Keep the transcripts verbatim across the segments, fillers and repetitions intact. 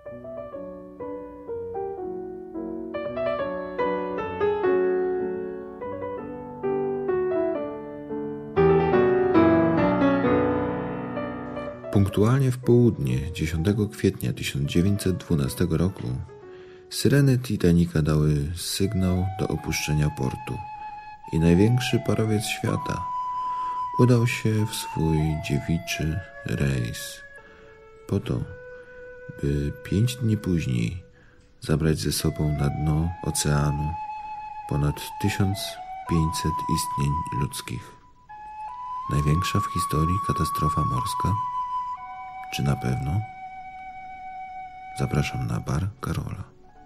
Punktualnie w południe dziesiątego kwietnia tysiąc dziewięćset dwunastego roku syreny Titanica dały sygnał do opuszczenia portu i największy parowiec świata udał się w swój dziewiczy rejs po to, by pięć dni później zabrać ze sobą na dno oceanu ponad tysiąc pięćset istnień ludzkich. Największa w historii katastrofa morska? Czy na pewno? Zapraszam na bar Karola.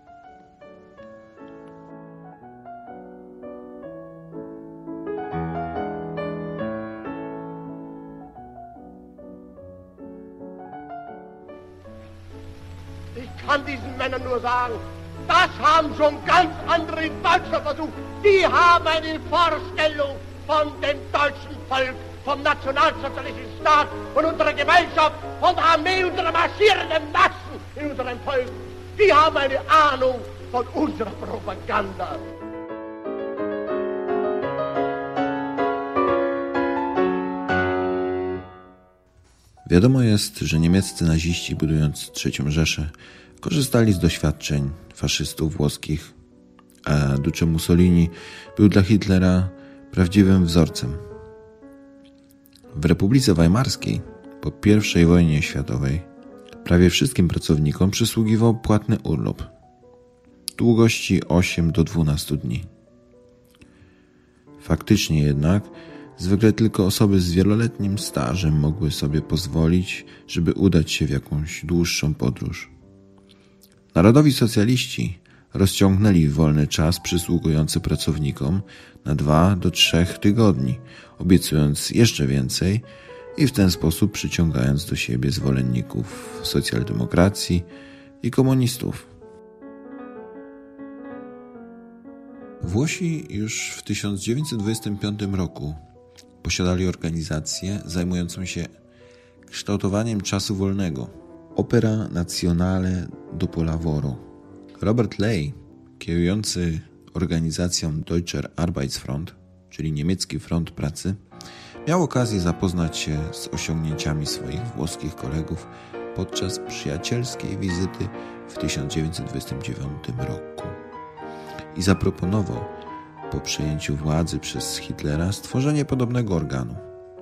Ich kann diesen Männern nur sagen, das haben schon ganz andere in Deutschland versucht. Die haben eine Vorstellung von dem deutschen Volk, vom nationalsozialistischen Staat, von unserer Gemeinschaft, von der Armee und der marschierenden Massen in unserem Volk. Die haben eine Ahnung von unserer Propaganda. Wiadomo jest, że niemieccy naziści, budując trzecią Rzeszę, korzystali z doświadczeń faszystów włoskich, a Duce Mussolini był dla Hitlera prawdziwym wzorcem. W Republice Weimarskiej po pierwszej wojnie światowej prawie wszystkim pracownikom przysługiwał płatny urlop długości osiem do dwunastu dni. Faktycznie jednak zwykle tylko osoby z wieloletnim stażem mogły sobie pozwolić, żeby udać się w jakąś dłuższą podróż. Narodowi socjaliści rozciągnęli wolny czas przysługujący pracownikom na dwa do trzech tygodni, obiecując jeszcze więcej i w ten sposób przyciągając do siebie zwolenników socjaldemokracji i komunistów. Włosi już w tysiąc dziewięćset dwudziestym piątym roku posiadali organizację zajmującą się kształtowaniem czasu wolnego. Opera Nazionale dopo Lavoro. Robert Ley, kierujący organizacją Deutscher Arbeitsfront, czyli niemiecki front pracy, miał okazję zapoznać się z osiągnięciami swoich włoskich kolegów podczas przyjacielskiej wizyty w tysiąc dziewięćset dwudziestym dziewiątym roku i zaproponował po przejęciu władzy przez Hitlera stworzenie podobnego organu.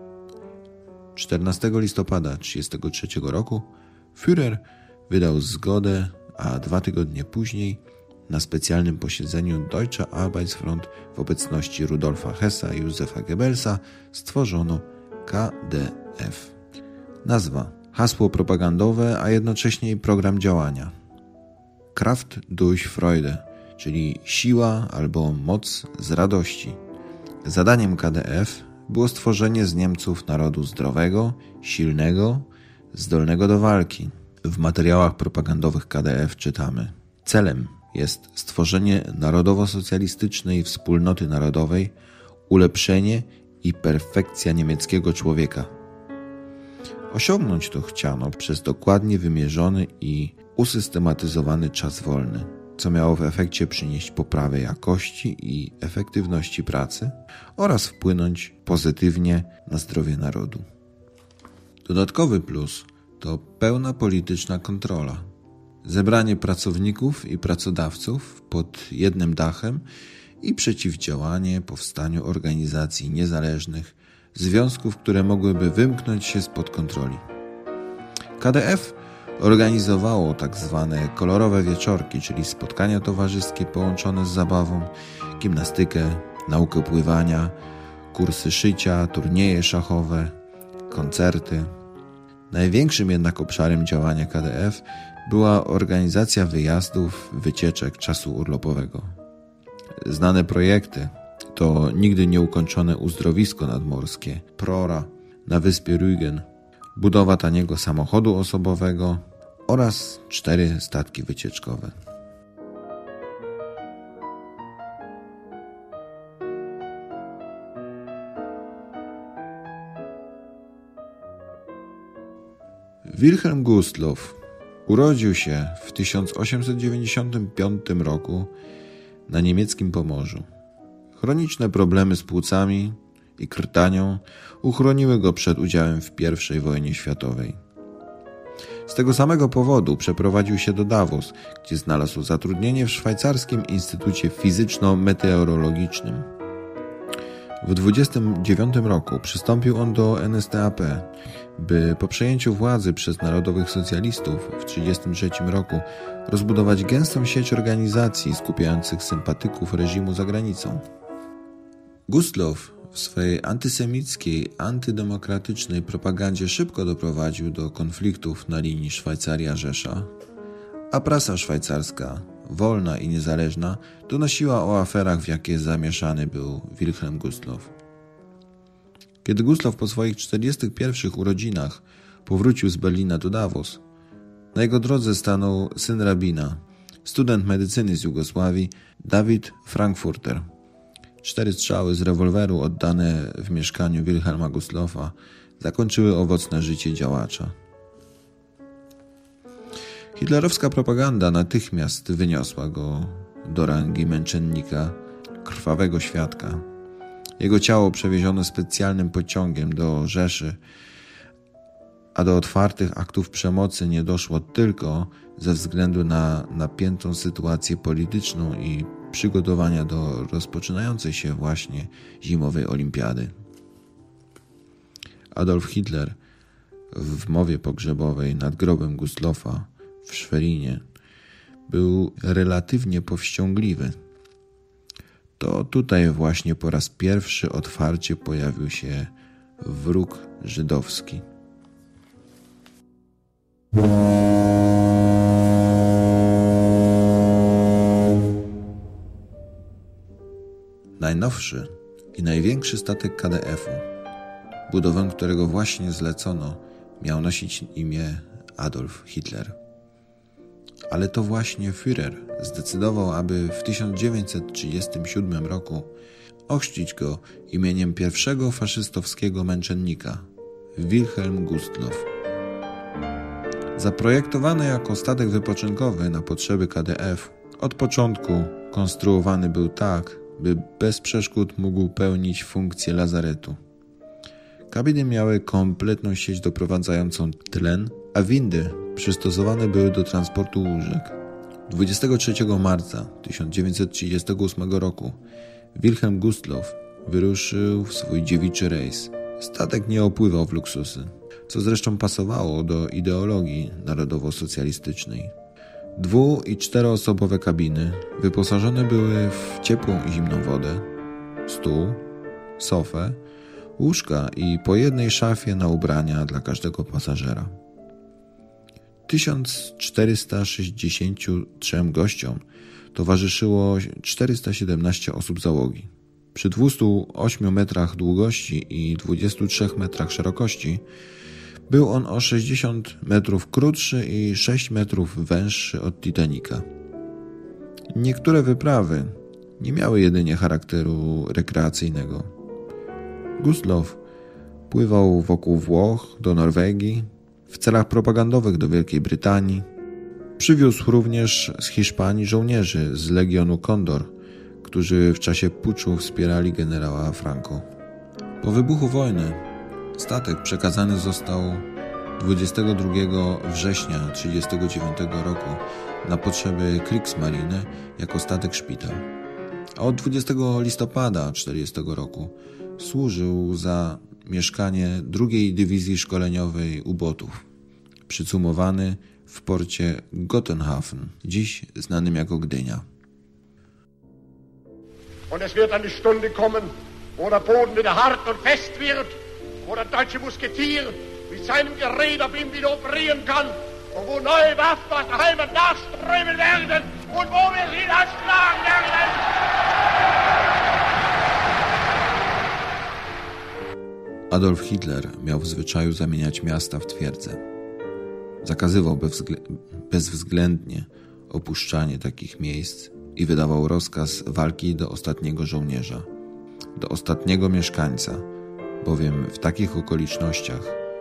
czternastego listopada tysiąc dziewięćset trzydziestego trzeciego roku Führer wydał zgodę, a dwa tygodnie później na specjalnym posiedzeniu Deutscher Arbeitsfront w obecności Rudolfa Hessa i Józefa Goebbelsa stworzono K D F. Nazwa, hasło propagandowe, a jednocześnie i program działania. Kraft durch Freude, czyli siła albo moc z radości. Zadaniem K D F było stworzenie z Niemców narodu zdrowego, silnego, zdolnego do walki. W materiałach propagandowych K D F czytamy: celem jest stworzenie narodowo-socjalistycznej wspólnoty narodowej, ulepszenie i perfekcja niemieckiego człowieka. Osiągnąć to chciano przez dokładnie wymierzony i usystematyzowany czas wolny, co miało w efekcie przynieść poprawę jakości i efektywności pracy oraz wpłynąć pozytywnie na zdrowie narodu. Dodatkowy plus to pełna polityczna kontrola. Zebranie pracowników i pracodawców pod jednym dachem i przeciwdziałanie powstaniu organizacji niezależnych, związków, które mogłyby wymknąć się spod kontroli. K D F organizowało tak zwane kolorowe wieczorki, czyli spotkania towarzyskie połączone z zabawą, gimnastykę, naukę pływania, kursy szycia, turnieje szachowe, koncerty. Największym jednak obszarem działania K D F była organizacja wyjazdów, wycieczek czasu urlopowego. Znane projekty to nigdy nieukończone uzdrowisko nadmorskie Prora na wyspie Rügen, budowa taniego samochodu osobowego oraz cztery statki wycieczkowe. Wilhelm Gustloff Urodził się w tysiąc osiemset dziewięćdziesiątym piątym roku na niemieckim Pomorzu. Chroniczne problemy z płucami i krtanią uchroniły go przed udziałem w pierwszej wojnie światowej. Z tego samego powodu przeprowadził się do Davos, gdzie znalazł zatrudnienie w szwajcarskim Instytucie Fizyczno-Meteorologicznym. W dwudziestym dziewiątym roku przystąpił on do N S D A P, by po przejęciu władzy przez narodowych socjalistów w trzydziestym trzecim roku rozbudować gęstą sieć organizacji skupiających sympatyków reżimu za granicą. Gustloff w swojej antysemickiej, antydemokratycznej propagandzie szybko doprowadził do konfliktów na linii Szwajcaria-Rzesza, a prasa szwajcarska, wolna i niezależna, donosiła o aferach, w jakie zamieszany był Wilhelm Gustloff. Kiedy Gustloff po swoich czterdziestych pierwszych urodzinach powrócił z Berlina do Davos, na jego drodze stanął syn rabina, student medycyny z Jugosławii, David Frankfurter. Cztery strzały z rewolweru oddane w mieszkaniu Wilhelma Gustloffa zakończyły owocne życie działacza. Hitlerowska propaganda natychmiast wyniosła go do rangi męczennika, krwawego świadka. Jego ciało przewieziono specjalnym pociągiem do Rzeszy, a do otwartych aktów przemocy nie doszło tylko ze względu na napiętą sytuację polityczną i przygotowania do rozpoczynającej się właśnie zimowej olimpiady. Adolf Hitler w mowie pogrzebowej nad grobem Gustloffa w Schwerinie był relatywnie powściągliwy. To tutaj właśnie po raz pierwszy otwarcie pojawił się wróg żydowski. Najnowszy i największy statek K D F-u, budowę którego właśnie zlecono, miał nosić imię Adolf Hitler. Ale to właśnie Führer zdecydował, aby w tysiąc dziewięćset trzydziestym siódmym roku ochrzcić go imieniem pierwszego faszystowskiego męczennika, Wilhelm Gustloff. Zaprojektowany jako statek wypoczynkowy na potrzeby K D F, od początku konstruowany był tak, by bez przeszkód mógł pełnić funkcję lazaretu. Kabiny miały kompletną sieć doprowadzającą tlen, a windy przystosowane były do transportu łóżek. dwudziestego trzeciego marca tysiąc dziewięćset trzydziestego ósmego roku Wilhelm Gustloff wyruszył w swój dziewiczy rejs. Statek nie opływał w luksusy, co zresztą pasowało do ideologii narodowo-socjalistycznej. Dwu- i czteroosobowe kabiny wyposażone były w ciepłą i zimną wodę, stół, sofę, łóżka i po jednej szafie na ubrania dla każdego pasażera. tysiąc czterysta sześćdziesięciu trzem gościom towarzyszyło czterysta siedemnaście osób załogi. Przy dwustu ośmiu metrach długości i dwudziestu trzech metrach szerokości był on o sześćdziesiąt metrów krótszy i sześć metrów węższy od Titanica. Niektóre wyprawy nie miały jedynie charakteru rekreacyjnego. Gustloff pływał wokół Włoch do Norwegii, w celach propagandowych do Wielkiej Brytanii. Przywiózł również z Hiszpanii żołnierzy z Legionu Condor, którzy w czasie puczu wspierali generała Franco. Po wybuchu wojny statek przekazany został dwudziestego drugiego września tysiąc dziewięćset trzydziestego dziewiątego roku na potrzeby Kriegsmarine jako statek szpital, a od dwudziestego listopada tysiąc dziewięćset czterdziestego roku służył za mieszkanie drugiej Dywizji Szkoleniowej U-Botów, przycumowany w porcie Gottenhafen, dziś znanym jako Gdynia. Und es wird eine Stunde kommen, wo der Boden wieder hart und fest wird, wo der deutsche Musketier mit seinem Gerät auf ihm wieder operieren kann und wo neue Waffen aus der Heimat nachströmen werden und wo wir sie erschlagen werden. Adolf Hitler miał w zwyczaju zamieniać miasta w twierdze. Zakazywał bezwzglę- bezwzględnie opuszczanie takich miejsc i wydawał rozkaz walki do ostatniego żołnierza, do ostatniego mieszkańca, bowiem w takich okolicznościach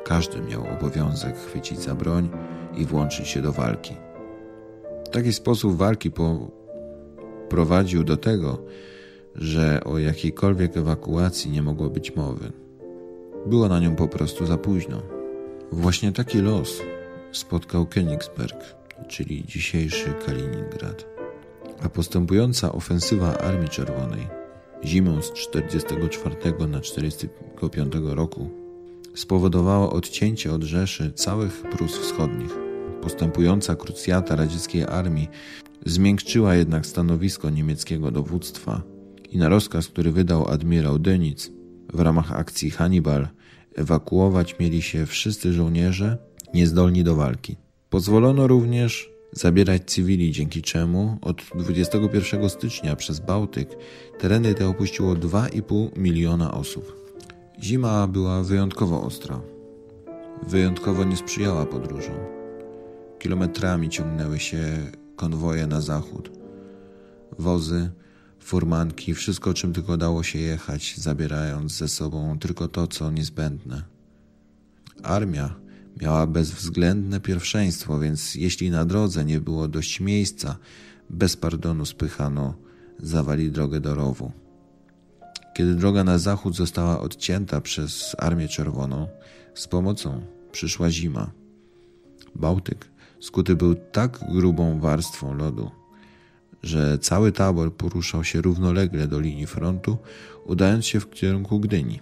Każdy miał obowiązek chwycić za broń i włączyć się do walki. Taki sposób walki po... prowadził do tego, że o jakiejkolwiek ewakuacji nie mogło być mowy. Było na nią po prostu za późno. Właśnie taki los spotkał Königsberg, czyli dzisiejszy Kaliningrad. A postępująca ofensywa Armii Czerwonej zimą z czterdziestego czwartego na czterdziestego piątego roku spowodowała odcięcie od Rzeszy całych Prus Wschodnich. Postępująca krucjata radzieckiej armii zmiękczyła jednak stanowisko niemieckiego dowództwa i na rozkaz, który wydał admirał Dönitz w ramach akcji Hannibal, ewakuować mieli się wszyscy żołnierze niezdolni do walki. Pozwolono również zabierać cywili, dzięki czemu od dwudziestego pierwszego stycznia przez Bałtyk tereny te opuściło dwa i pół miliona osób. Zima była wyjątkowo ostra. Wyjątkowo nie sprzyjała podróżom. Kilometrami ciągnęły się konwoje na zachód. Wozy, furmanki, wszystko czym tylko dało się jechać, zabierając ze sobą tylko to, co niezbędne. Armia miała bezwzględne pierwszeństwo, więc jeśli na drodze nie było dość miejsca, bez pardonu spychano zawali drogę do rowu. Kiedy droga na zachód została odcięta przez Armię Czerwoną, z pomocą przyszła zima. Bałtyk skuty był tak grubą warstwą lodu, że cały tabor poruszał się równolegle do linii frontu, udając się w kierunku Gdyni.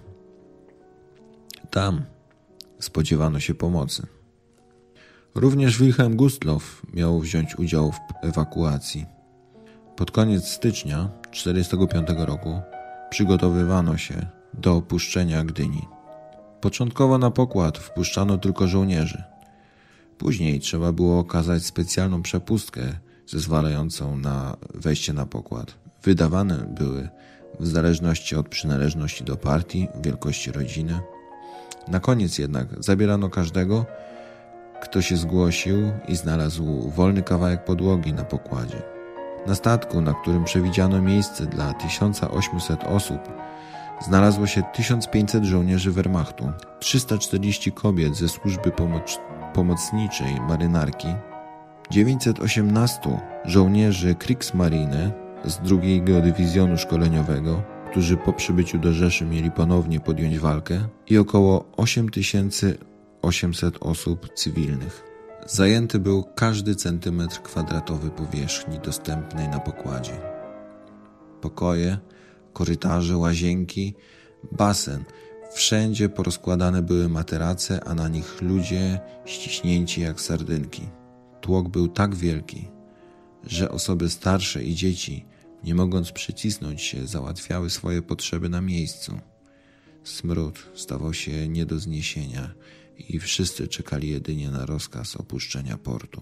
Tam spodziewano się pomocy. Również Wilhelm Gustloff miał wziąć udział w ewakuacji. Pod koniec stycznia tysiąc dziewięćset czterdziestego piątego roku przygotowywano się do opuszczenia Gdyni. Początkowo na pokład wpuszczano tylko żołnierzy. Później trzeba było okazać specjalną przepustkę zezwalającą na wejście na pokład. Wydawane były w zależności od przynależności do partii, wielkości rodziny. Na koniec jednak zabierano każdego, kto się zgłosił i znalazł wolny kawałek podłogi na pokładzie. Na statku, na którym przewidziano miejsce dla tysiąc osiemset osób, znalazło się tysiąc pięćset żołnierzy Wehrmachtu, trzysta czterdzieści kobiet ze służby pomoc- pomocniczej marynarki, dziewięćset osiemnaście żołnierzy Kriegsmarine z drugiego dywizjonu szkoleniowego, którzy po przybyciu do Rzeszy mieli ponownie podjąć walkę, i około osiem tysięcy osiemset osób cywilnych. Zajęty był każdy centymetr kwadratowy powierzchni dostępnej na pokładzie. Pokoje, korytarze, łazienki, basen. Wszędzie porozkładane były materace, a na nich ludzie ściśnięci jak sardynki. Tłok był tak wielki, że osoby starsze i dzieci, nie mogąc przycisnąć się, załatwiały swoje potrzeby na miejscu. Smród stawał się nie do zniesienia i wszyscy czekali jedynie na rozkaz opuszczenia portu.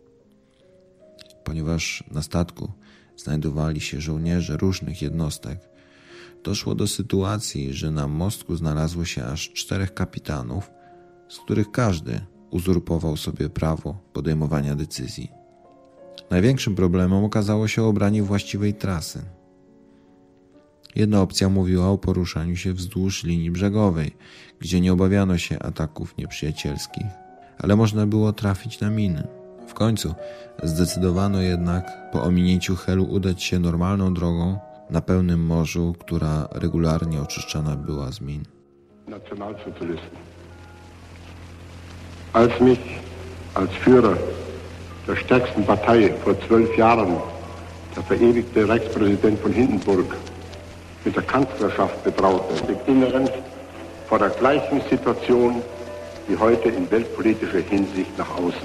Ponieważ na statku znajdowali się żołnierze różnych jednostek, doszło do sytuacji, że na mostku znalazło się aż czterech kapitanów, z których każdy uzurpował sobie prawo podejmowania decyzji. Największym problemem okazało się obranie właściwej trasy. Jedna opcja mówiła o poruszaniu się wzdłuż linii brzegowej, gdzie nie obawiano się ataków nieprzyjacielskich, ale można było trafić na miny. W końcu zdecydowano jednak po ominięciu Helu udać się normalną drogą na pełnym morzu, która regularnie oczyszczana była z min. Nationalsozialisten. Als mich als Führer der stärksten Partei vor zwölf Jahren der verewigte Reichspräsident von Hindenburg mit der Kanzlerschaft betraute, im Inneren vor der gleichen Situation wie heute in weltpolitischer Hinsicht nach außen.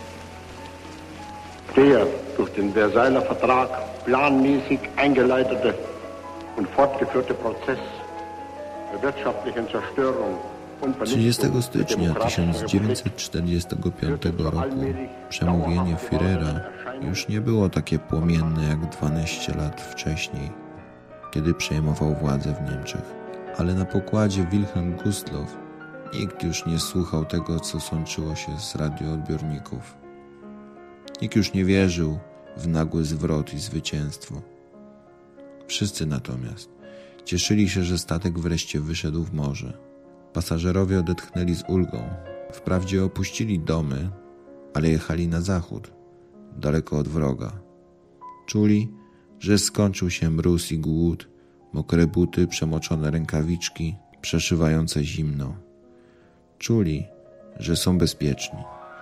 Der durch den Versailler Vertrag planmäßig eingeleitete und fortgeführte Prozess der wirtschaftlichen Zerstörung trzydziestego stycznia tysiąc dziewięćset czterdziestego piątego roku przemówienie Führera już nie było takie płomienne jak dwanaście lat wcześniej, kiedy przejmował władzę w Niemczech. Ale na pokładzie Wilhelm Gustloff nikt już nie słuchał tego, co sączyło się z radioodbiorników. Nikt już nie wierzył w nagły zwrot i zwycięstwo. Wszyscy natomiast cieszyli się, że statek wreszcie wyszedł w morze. Pasażerowie odetchnęli z ulgą. Wprawdzie opuścili domy, ale jechali na zachód, daleko od wroga. Czuli, że skończył się mróz i głód, mokre buty, przemoczone rękawiczki, przeszywające zimno. Czuli, że są bezpieczni.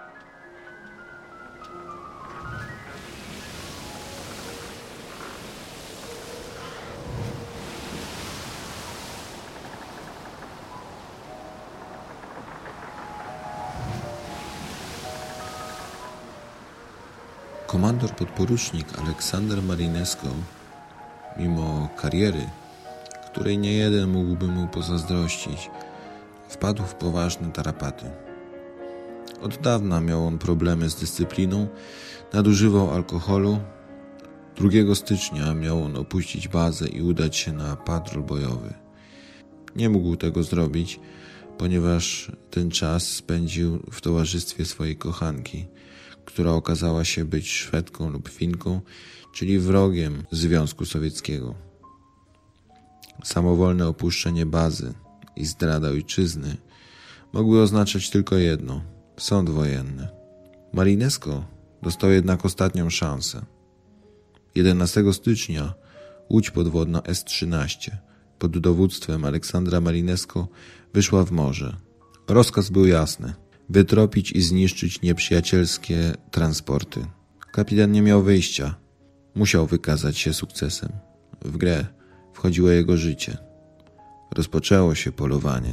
Komandor podporucznik Aleksander Marinesko, mimo kariery, której niejeden mógłby mu pozazdrościć, wpadł w poważne tarapaty. Od dawna miał on problemy z dyscypliną, nadużywał alkoholu. drugiego stycznia miał on opuścić bazę i udać się na patrol bojowy. Nie mógł tego zrobić, ponieważ ten czas spędził w towarzystwie swojej kochanki, która okazała się być Szwedką lub Finką, czyli wrogiem Związku Sowieckiego. Samowolne opuszczenie bazy i zdrada ojczyzny mogły oznaczać tylko jedno – sąd wojenny. Marinesko dostał jednak ostatnią szansę. jedenastego stycznia łódź podwodna S trzynaście pod dowództwem Aleksandra Marinesko wyszła w morze. Rozkaz był jasny – wytropić i zniszczyć nieprzyjacielskie transporty. Kapitan nie miał wyjścia. Musiał wykazać się sukcesem. W grę wchodziło jego życie. Rozpoczęło się polowanie.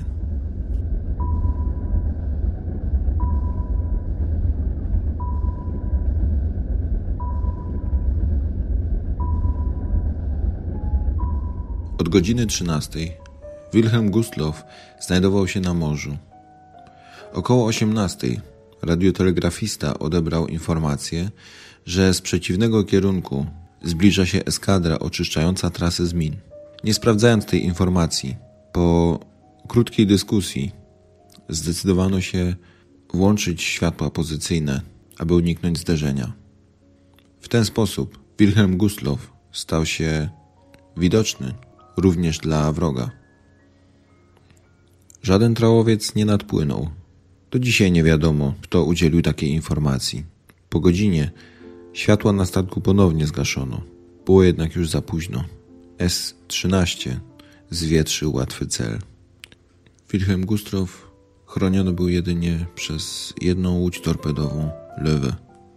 Od godziny trzynastej Wilhelm Gustloff znajdował się na morzu. Około osiemnastej radiotelegrafista odebrał informację, że z przeciwnego kierunku zbliża się eskadra oczyszczająca trasę z min. Nie sprawdzając tej informacji, po krótkiej dyskusji zdecydowano się włączyć światła pozycyjne, aby uniknąć zderzenia. W ten sposób Wilhelm Gustloff stał się widoczny również dla wroga. Żaden trałowiec nie nadpłynął. Do dzisiaj nie wiadomo, kto udzielił takiej informacji. Po godzinie światła na statku ponownie zgaszono. Było jednak już za późno. S trzynaście zwietrzył łatwy cel. Wilhelm Gustloff chroniony był jedynie przez jedną łódź torpedową Löwe.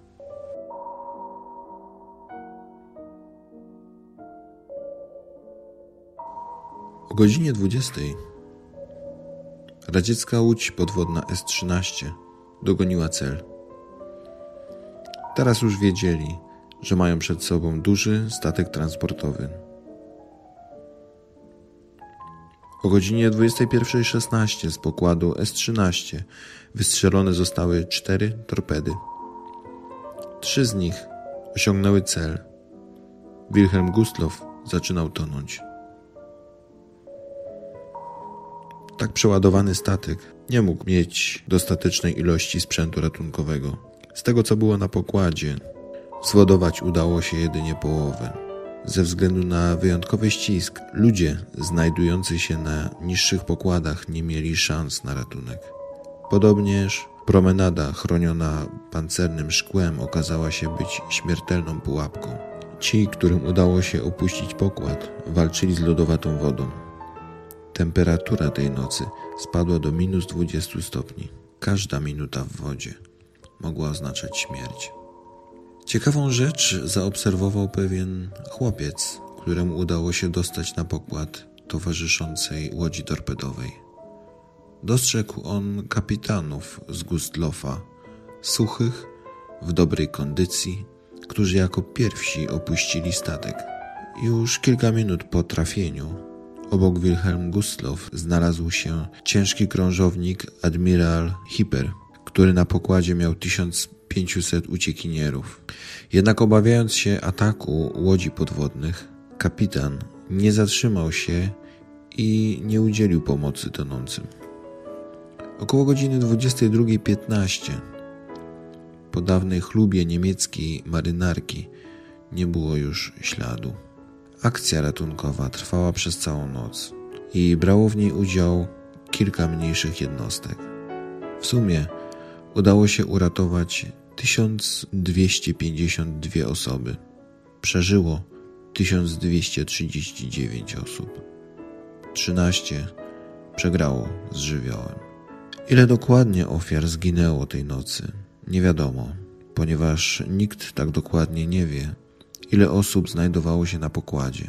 O godzinie dwudziestej radziecka łódź podwodna S trzynaście dogoniła cel. Teraz już wiedzieli, że mają przed sobą duży statek transportowy. O godzinie dwudziestej pierwszej szesnaście z pokładu S trzynaście wystrzelone zostały cztery torpedy. Trzy z nich osiągnęły cel. Wilhelm Gustloff zaczynał tonąć. Tak przeładowany statek nie mógł mieć dostatecznej ilości sprzętu ratunkowego. Z tego, co było na pokładzie, zładować udało się jedynie połowę. Ze względu na wyjątkowy ścisk, ludzie znajdujący się na niższych pokładach nie mieli szans na ratunek. Podobnież promenada chroniona pancernym szkłem okazała się być śmiertelną pułapką. Ci, którym udało się opuścić pokład, walczyli z lodowatą wodą. Temperatura tej nocy spadła do minus dwudziestu stopni. Każda minuta w wodzie mogła oznaczać śmierć. Ciekawą rzecz zaobserwował pewien chłopiec, któremu udało się dostać na pokład towarzyszącej łodzi torpedowej. Dostrzegł on kapitanów z Gustloffa, suchych, w dobrej kondycji, którzy jako pierwsi opuścili statek. Już kilka minut po trafieniu obok Wilhelm Gustloff znalazł się ciężki krążownik admiral Hipper, który na pokładzie miał tysiąc pięćset uciekinierów. Jednak obawiając się ataku łodzi podwodnych, kapitan nie zatrzymał się i nie udzielił pomocy tonącym. Około godziny dwudziestej drugiej piętnaście po dawnej chlubie niemieckiej marynarki nie było już śladu. Akcja ratunkowa trwała przez całą noc i brało w niej udział kilka mniejszych jednostek. W sumie udało się uratować tysiąc dwieście pięćdziesiąt dwie osoby. Przeżyło tysiąc dwieście trzydzieści dziewięć osób. trzynaście przegrało z żywiołem. Ile dokładnie ofiar zginęło tej nocy, nie wiadomo, ponieważ nikt tak dokładnie nie wie, ile osób znajdowało się na pokładzie.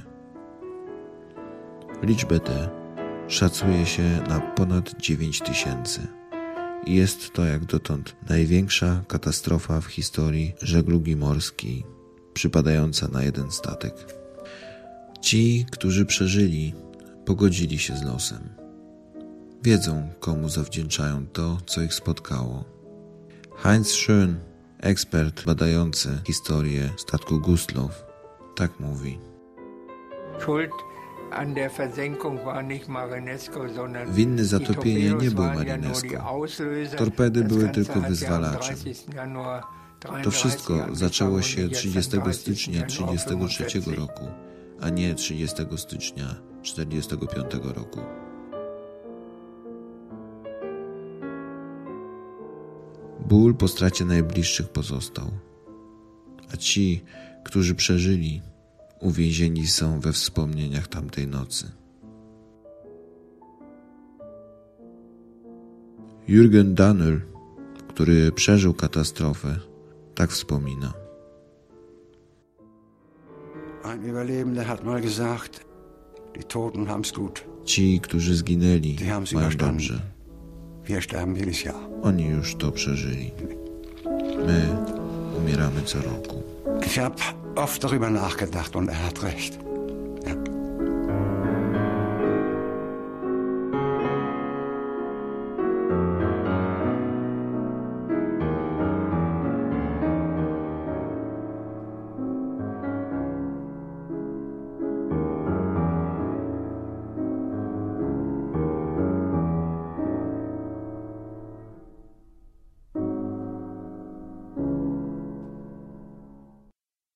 Liczbę tę szacuje się na ponad dziewięć tysięcy i jest to jak dotąd największa katastrofa w historii żeglugi morskiej, przypadająca na jeden statek. Ci, którzy przeżyli, pogodzili się z losem. Wiedzą, komu zawdzięczają to, co ich spotkało. Heinz Schön, ekspert badający historię statku Gustlow, tak mówi. Winny zatopienia nie był Marinesco. Torpedy były tylko wyzwalaczem. To wszystko zaczęło się trzydziestego stycznia trzydziestego trzeciego roku, a nie trzydziestego stycznia czterdziestego piątego roku. Ból po stracie najbliższych pozostał, a ci, którzy przeżyli, uwięzieni są we wspomnieniach tamtej nocy. Jürgen Danel, który przeżył katastrofę, tak wspomina. Ein Überlebender hat mal gesagt, die Toten haben's gut. Ci, którzy zginęli, mają dobrze. Wir sterben jedes Jahr. Oni już to przeżyli. My umieramy co roku. Ich habe oft darüber nachgedacht und er hat recht.